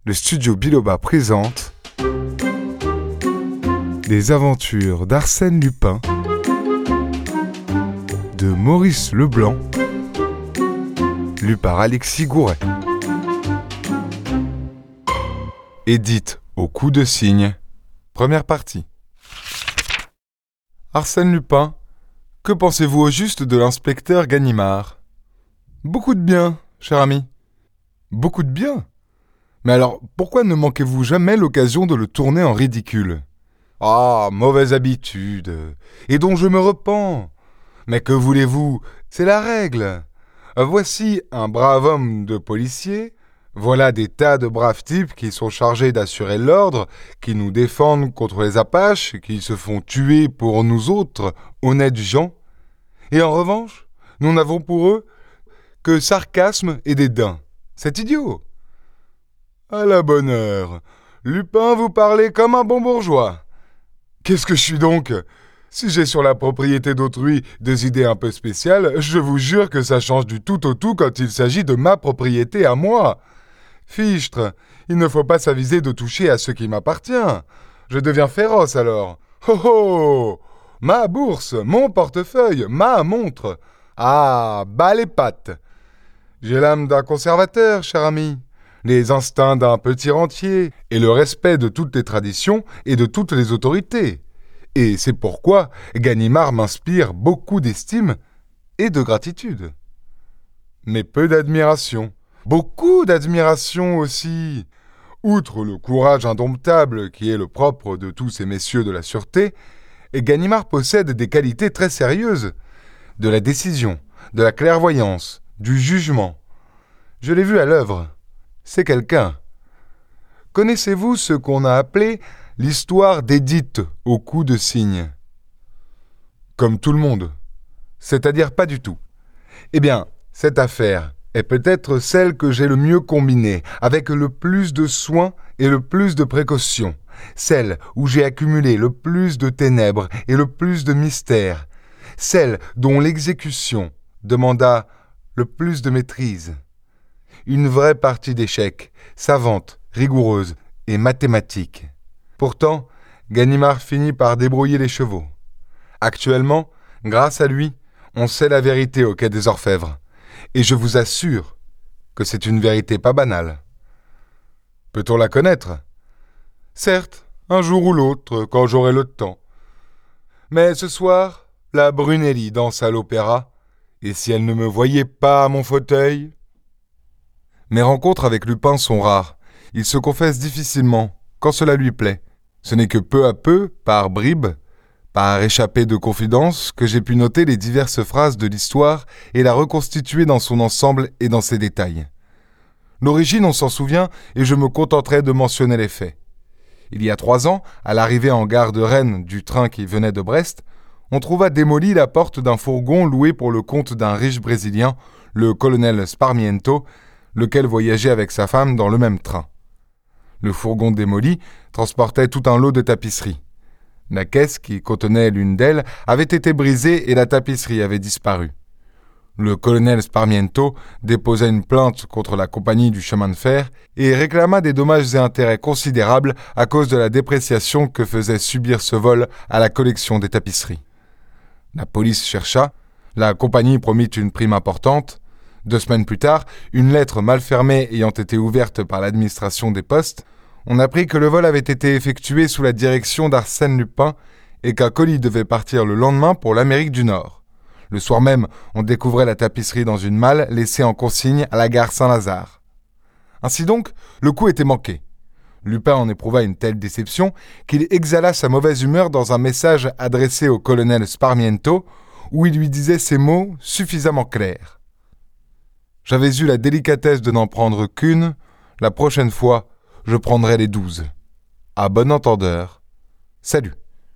le studio Biloba présente Les aventures d'Arsène Lupin de Maurice Leblanc, lu par Alexis Gouret. Édite au coup de cygne. Première partie. Arsène Lupin, que pensez-vous au juste de l'inspecteur Ganimard ? Beaucoup de bien, cher ami. Beaucoup de bien ? Mais alors, pourquoi ne manquez-vous jamais l'occasion de le tourner en ridicule ? Ah, mauvaise habitude, et dont je me repens. Mais que voulez-vous ? C'est la règle. Voici un brave homme de policier, voilà des tas de braves types qui sont chargés d'assurer l'ordre, qui nous défendent contre les Apaches, qui se font tuer pour nous autres, honnêtes gens. Et en revanche, nous n'avons pour eux que sarcasme et dédain. C'est idiot. À la bonne heure. Lupin, vous parlez comme un bon bourgeois. Qu'est-ce que je suis donc ? Si j'ai sur la propriété d'autrui des idées un peu spéciales, je vous jure que ça change du tout au tout quand il s'agit de ma propriété à moi. Fichtre, il ne faut pas s'aviser de toucher à ce qui m'appartient. Je deviens féroce alors. Oh oh ! Ma bourse, mon portefeuille, ma montre. Ah, bas les pattes. J'ai l'âme d'un conservateur, cher ami, les instincts d'un petit rentier et le respect de toutes les traditions et de toutes les autorités. Et c'est pourquoi Ganimard m'inspire beaucoup d'estime et de gratitude. Mais peu d'admiration, beaucoup d'admiration aussi. Outre le courage indomptable qui est le propre de tous ces messieurs de la sûreté, Ganimard possède des qualités très sérieuses, de la décision, de la clairvoyance, du jugement. Je l'ai vu à l'œuvre. C'est quelqu'un. Connaissez-vous ce qu'on a appelé l'histoire d'Édith au coup de cygne ? Comme tout le monde. C'est-à-dire pas du tout. Eh bien, cette affaire est peut-être celle que j'ai le mieux combinée, avec le plus de soin et le plus de précaution. Celle où j'ai accumulé le plus de ténèbres et le plus de mystères. Celle dont l'exécution demanda le plus de maîtrise. Une vraie partie d'échecs, savante, rigoureuse et mathématique. Pourtant, Ganimard finit par débrouiller les chevaux. Actuellement, grâce à lui, on sait la vérité au quai des Orfèvres. Et je vous assure que c'est une vérité pas banale. Peut-on la connaître ? Certes, un jour ou l'autre, quand j'aurai le temps. Mais ce soir, la Brunelli danse à l'opéra, et si elle ne me voyait pas à mon fauteuil... Mes rencontres avec Lupin sont rares. Il se confesse difficilement, quand cela lui plaît. Ce n'est que peu à peu, par bribes, par échappées de confidence, que j'ai pu noter les diverses phrases de l'histoire et la reconstituer dans son ensemble et dans ses détails. L'origine, on s'en souvient, et je me contenterai de mentionner les faits. Il y a 3 ans, à l'arrivée en gare de Rennes du train qui venait de Brest, on trouva démolie la porte d'un fourgon loué pour le compte d'un riche Brésilien, le colonel Sparmiento, lequel voyageait avec sa femme dans le même train. Le fourgon démoli transportait tout un lot de tapisseries. La caisse qui contenait l'une d'elles avait été brisée et la tapisserie avait disparu. Le colonel Sparmiento déposa une plainte contre la compagnie du chemin de fer et réclama des dommages et intérêts considérables à cause de la dépréciation que faisait subir ce vol à la collection des tapisseries. La police chercha, la compagnie promit une prime importante. 2 semaines plus tard, une lettre mal fermée ayant été ouverte par l'administration des postes, on apprit que le vol avait été effectué sous la direction d'Arsène Lupin et qu'un colis devait partir le lendemain pour l'Amérique du Nord. Le soir même, on découvrait la tapisserie dans une malle laissée en consigne à la gare Saint-Lazare. Ainsi donc, le coup était manqué. Lupin en éprouva une telle déception qu'il exhala sa mauvaise humeur dans un message adressé au colonel Sparmiento où il lui disait ces mots suffisamment clairs. J'avais eu la délicatesse de n'en prendre qu'une, la prochaine fois, je prendrai les 12. À bon entendeur. Salut.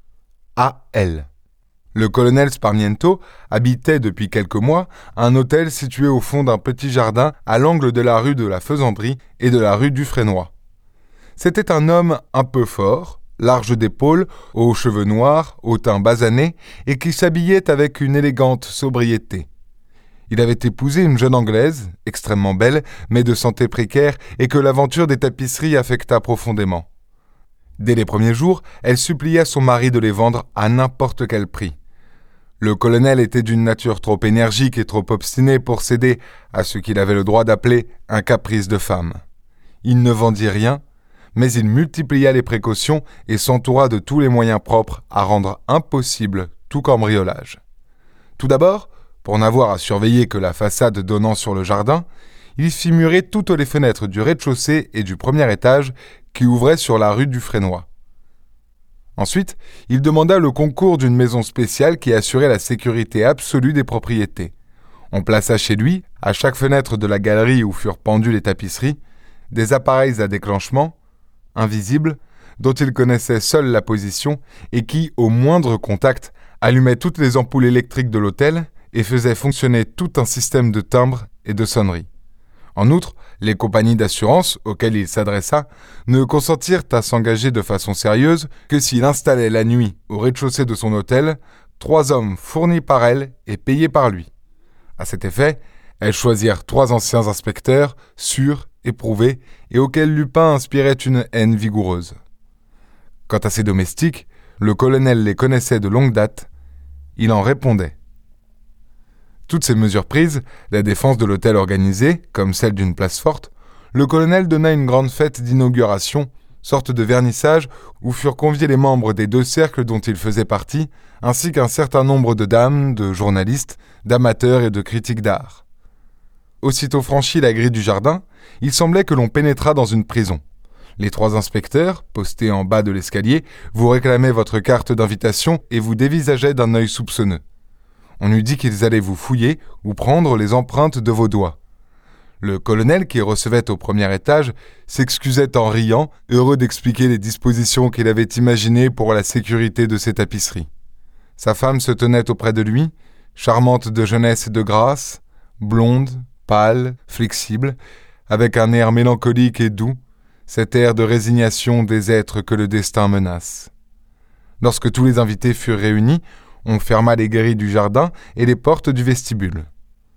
A.L. Le colonel Sparmiento habitait depuis quelques mois un hôtel situé au fond d'un petit jardin à l'angle de la rue de la Faisanderie et de la rue du Frénois. C'était un homme un peu fort, large d'épaules, aux cheveux noirs, au teint basané et qui s'habillait avec une élégante sobriété. Il avait épousé une jeune Anglaise, extrêmement belle, mais de santé précaire, et que l'aventure des tapisseries affecta profondément. Dès les premiers jours, elle supplia son mari de les vendre à n'importe quel prix. Le colonel était d'une nature trop énergique et trop obstinée pour céder à ce qu'il avait le droit d'appeler un caprice de femme. Il ne vendit rien, mais il multiplia les précautions et s'entoura de tous les moyens propres à rendre impossible tout cambriolage. Tout d'abord, pour n'avoir à surveiller que la façade donnant sur le jardin, il fit murer toutes les fenêtres du rez-de-chaussée et du premier étage qui ouvraient sur la rue du Frénois. Ensuite, il demanda le concours d'une maison spéciale qui assurait la sécurité absolue des propriétés. On plaça chez lui, à chaque fenêtre de la galerie où furent pendues les tapisseries, des appareils à déclenchement, invisibles, dont il connaissait seul la position et qui, au moindre contact, allumaient toutes les ampoules électriques de l'hôtel et faisaient fonctionner tout un système de timbres et de sonneries. En outre, les compagnies d'assurance auxquelles il s'adressa ne consentirent à s'engager de façon sérieuse que s'il installait la nuit au rez-de-chaussée de son hôtel 3 hommes fournis par elle et payés par lui. À cet effet, elles choisirent 3 anciens inspecteurs, sûrs, éprouvés, et auxquels Lupin inspirait une haine vigoureuse. Quant à ses domestiques, le colonel les connaissait de longue date, il en répondait. Toutes ces mesures prises, la défense de l'hôtel organisée, comme celle d'une place forte, le colonel donna une grande fête d'inauguration, sorte de vernissage où furent conviés les membres des 2 cercles dont il faisait partie, ainsi qu'un certain nombre de dames, de journalistes, d'amateurs et de critiques d'art. Aussitôt franchi la grille du jardin, il semblait que l'on pénétrât dans une prison. Les 3 inspecteurs, postés en bas de l'escalier, vous réclamaient votre carte d'invitation et vous dévisageaient d'un œil soupçonneux. On eût dit qu'ils allaient vous fouiller ou prendre les empreintes de vos doigts. Le colonel, qui recevait au premier étage, s'excusait en riant, heureux d'expliquer les dispositions qu'il avait imaginées pour la sécurité de ses tapisseries. Sa femme se tenait auprès de lui, charmante de jeunesse et de grâce, blonde, pâle, flexible, avec un air mélancolique et doux, cet air de résignation des êtres que le destin menace. Lorsque tous les invités furent réunis, on ferma les grilles du jardin et les portes du vestibule.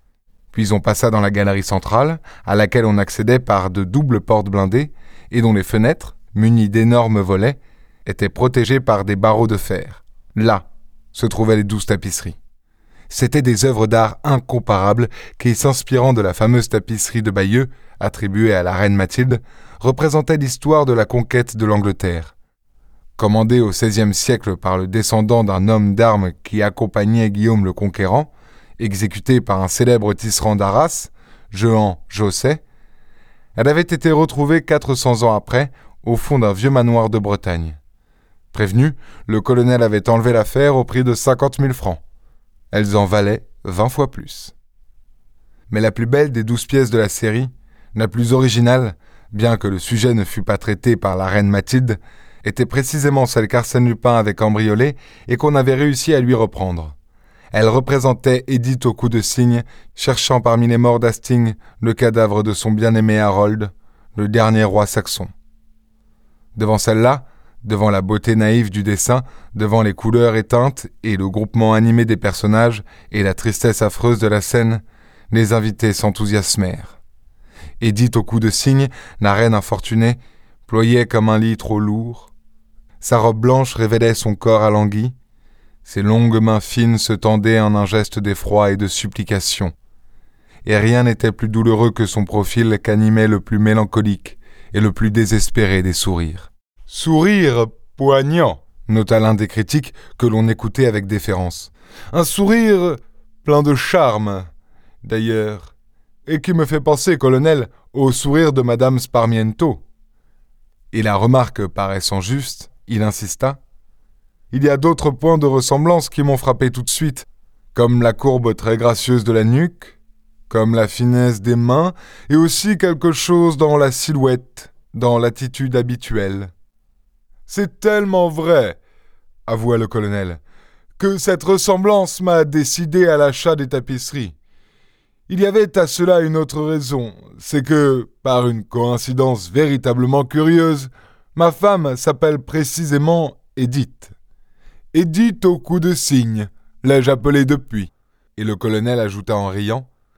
Puis on passa dans la galerie centrale, à laquelle on accédait par de doubles portes blindées et dont les fenêtres, munies d'énormes volets, étaient protégées par des barreaux de fer. Là se trouvaient les 12 tapisseries. C'étaient des œuvres d'art incomparables qui, s'inspirant de la fameuse tapisserie de Bayeux, attribuée à la reine Mathilde, représentaient l'histoire de la conquête de l'Angleterre. Commandée au XVIe siècle par le descendant d'un homme d'armes qui accompagnait Guillaume le Conquérant, exécuté par un célèbre tisserand d'Arras, Jehan Josset, elle avait été retrouvée 400 ans après, au fond d'un vieux manoir de Bretagne. Prévenu, le colonel avait enlevé l'affaire au prix de 50 000 francs. Elles en valaient 20 fois plus. Mais la plus belle des 12 pièces de la série, la plus originale, bien que le sujet ne fût pas traité par la reine Mathilde, était précisément celle qu'Arsène Lupin avait cambriolée et qu'on avait réussi à lui reprendre. Elle représentait Édith au cou de cygne, cherchant parmi les morts d'Hastings le cadavre de son bien-aimé Harold, le dernier roi saxon. Devant celle-là, devant la beauté naïve du dessin, devant les couleurs éteintes et le groupement animé des personnages et la tristesse affreuse de la scène, les invités s'enthousiasmèrent. Édith au cou de cygne, la reine infortunée, ployait comme un lit trop lourd. Sa robe blanche révélait son corps alangui. Ses longues mains fines se tendaient en un geste d'effroi et de supplication. Et rien n'était plus douloureux que son profil qu'animait le plus mélancolique et le plus désespéré des sourires. « Sourire poignant », nota l'un des critiques que l'on écoutait avec déférence. « Un sourire plein de charme, d'ailleurs, et qui me fait penser, colonel, au sourire de Madame Sparmiento. » Et la remarque paraissant juste, il insista. « Il y a d'autres points de ressemblance qui m'ont frappé tout de suite, comme la courbe très gracieuse de la nuque, comme la finesse des mains, et aussi quelque chose dans la silhouette, dans l'attitude habituelle. »« C'est tellement vrai, » avoua le colonel, « que cette ressemblance m'a décidé à l'achat des tapisseries. Il y avait à cela une autre raison, c'est que, par une coïncidence véritablement curieuse, ma femme s'appelle précisément Édith. Édith au cou de cygne, l'ai-je appelée depuis. » Et le colonel ajouta en riant,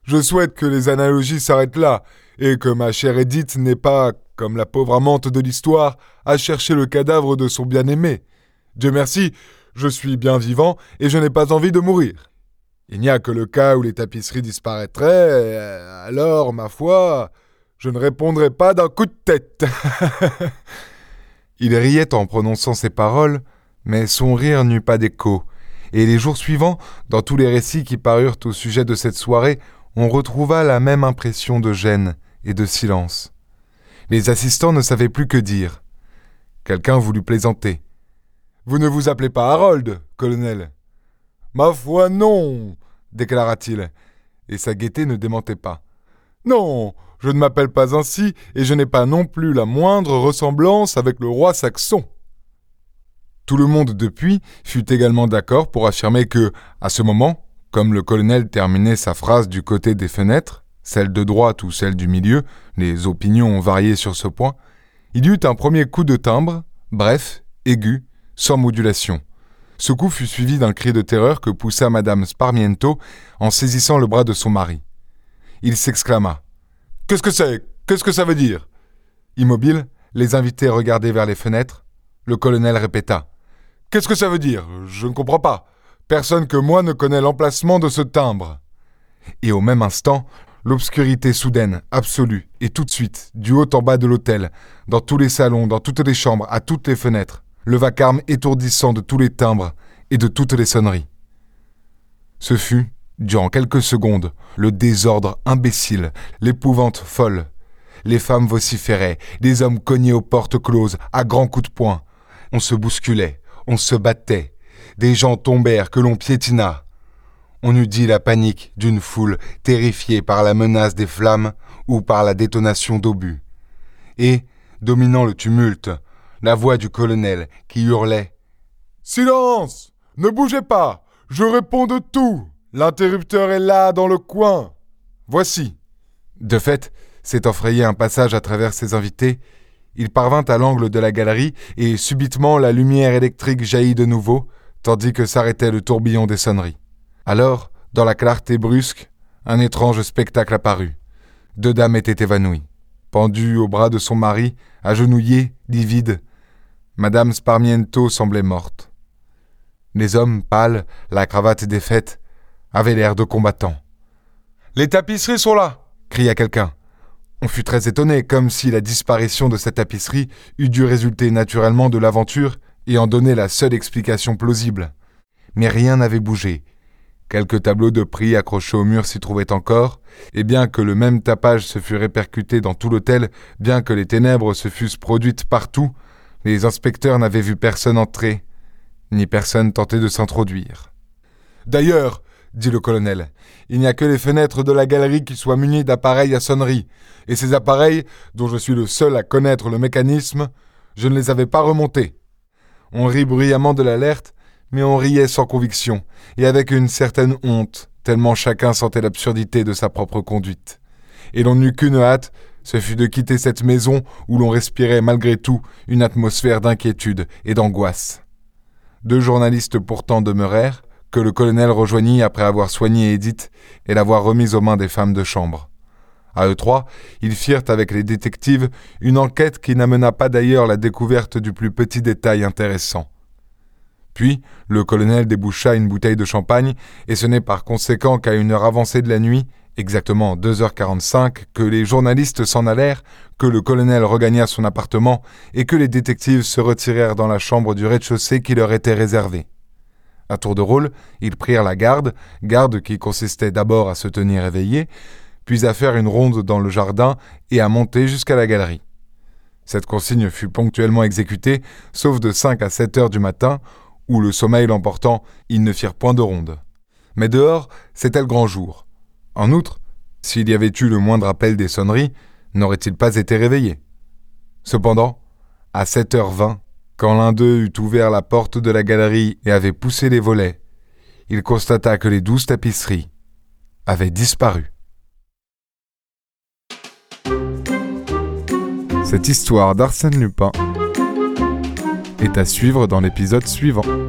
Je souhaite que les analogies s'arrêtent là, et que ma chère Edith n'ait pas, comme la pauvre amante de l'histoire, à chercher le cadavre de son bien-aimé. Dieu merci, je suis bien vivant et je n'ai pas envie de mourir. Il n'y a que le cas où les tapisseries disparaîtraient, alors, ma foi, je ne répondrai pas d'un coup de tête. Il riait en prononçant ces paroles, mais son rire n'eut pas d'écho, et les jours suivants, dans tous les récits qui parurent au sujet de cette soirée, on retrouva la même impression de gêne et de silence. Les assistants ne savaient plus que dire. Quelqu'un voulut plaisanter. « Vous ne vous appelez pas Harold, colonel ?»« Ma foi, non !» déclara-t-il, et sa gaieté ne démentait pas. « Non, je ne m'appelle pas ainsi, et je n'ai pas non plus la moindre ressemblance avec le roi saxon. » Tout le monde depuis fut également d'accord pour affirmer que, à ce moment, comme le colonel terminait sa phrase du côté des fenêtres, celle de droite ou celle du milieu, les opinions ont varié sur ce point, il y eut un premier coup de timbre, bref, aigu, sans modulation. Ce coup fut suivi d'un cri de terreur que poussa Madame Sparmiento en saisissant le bras de son mari. Il s'exclama. « Qu'est-ce que c'est ? Qu'est-ce que ça veut dire ?» Immobile, les invités regardaient vers les fenêtres. Le colonel répéta. « Qu'est-ce que ça veut dire ? Je ne comprends pas. Personne que moi ne connaît l'emplacement de ce timbre. » Et au même instant, l'obscurité soudaine, absolue, et tout de suite, du haut en bas de l'hôtel, dans tous les salons, dans toutes les chambres, à toutes les fenêtres, le vacarme étourdissant de tous les timbres et de toutes les sonneries. Ce fut, durant quelques secondes, le désordre imbécile, l'épouvante folle. Les femmes vociféraient, les hommes cognaient aux portes closes, à grands coups de poing. On se bousculait, on se battait. Des gens tombèrent que l'on piétina. On eût dit la panique d'une foule terrifiée par la menace des flammes ou par la détonation d'obus. Et, dominant le tumulte, la voix du colonel qui hurlait « Silence ! Ne bougez pas ! Je réponds de tout ! L'interrupteur est là, dans le coin ! Voici !» De fait, s'étant frayé un passage à travers ses invités, il parvint à l'angle de la galerie et subitement la lumière électrique jaillit de nouveau, tandis que s'arrêtait le tourbillon des sonneries. Alors, dans la clarté brusque, un étrange spectacle apparut. 2 dames étaient évanouies. Pendues au bras de son mari, agenouillées, livides, Madame Sparmiento semblait morte. Les hommes, pâles, la cravate défaite, avaient l'air de combattants. « Les tapisseries sont là !» cria quelqu'un. On fut très étonné, comme si la disparition de cette tapisserie eût dû résulter naturellement de l'aventure et en donner la seule explication plausible. Mais rien n'avait bougé. Quelques tableaux de prix accrochés au mur s'y trouvaient encore, et bien que le même tapage se fût répercuté dans tout l'hôtel, bien que les ténèbres se fussent produites partout, les inspecteurs n'avaient vu personne entrer, ni personne tenter de s'introduire. « D'ailleurs, dit le colonel, il n'y a que les fenêtres de la galerie qui soient munies d'appareils à sonnerie, et ces appareils, dont je suis le seul à connaître le mécanisme, je ne les avais pas remontés. On rit bruyamment de l'alerte, mais on riait sans conviction, et avec une certaine honte, tellement chacun sentait l'absurdité de sa propre conduite. Et l'on n'eut qu'une hâte, ce fut de quitter cette maison où l'on respirait malgré tout une atmosphère d'inquiétude et d'angoisse. 2 journalistes pourtant demeurèrent, que le colonel rejoignit après avoir soigné Edith et l'avoir remise aux mains des femmes de chambre. À eux 3, ils firent avec les détectives une enquête qui n'amena pas d'ailleurs la découverte du plus petit détail intéressant. Puis, le colonel déboucha une bouteille de champagne, et ce n'est par conséquent qu'à une heure avancée de la nuit, exactement 2h45, que les journalistes s'en allèrent, que le colonel regagna son appartement, et que les détectives se retirèrent dans la chambre du rez-de-chaussée qui leur était réservée. À tour de rôle, ils prirent la garde qui consistait d'abord à se tenir éveillé, puis à faire une ronde dans le jardin et à monter jusqu'à la galerie. Cette consigne fut ponctuellement exécutée, sauf de 5 à 7 heures du matin, où le sommeil l'emportant, ils ne firent point de ronde. Mais dehors, c'était le grand jour. En outre, s'il y avait eu le moindre appel des sonneries, n'aurait-il pas été réveillé ? Cependant, à 7h20, quand l'un d'eux eut ouvert la porte de la galerie et avait poussé les volets, il constata que les 12 tapisseries avaient disparu. Cette histoire d'Arsène Lupin est à suivre dans l'épisode suivant.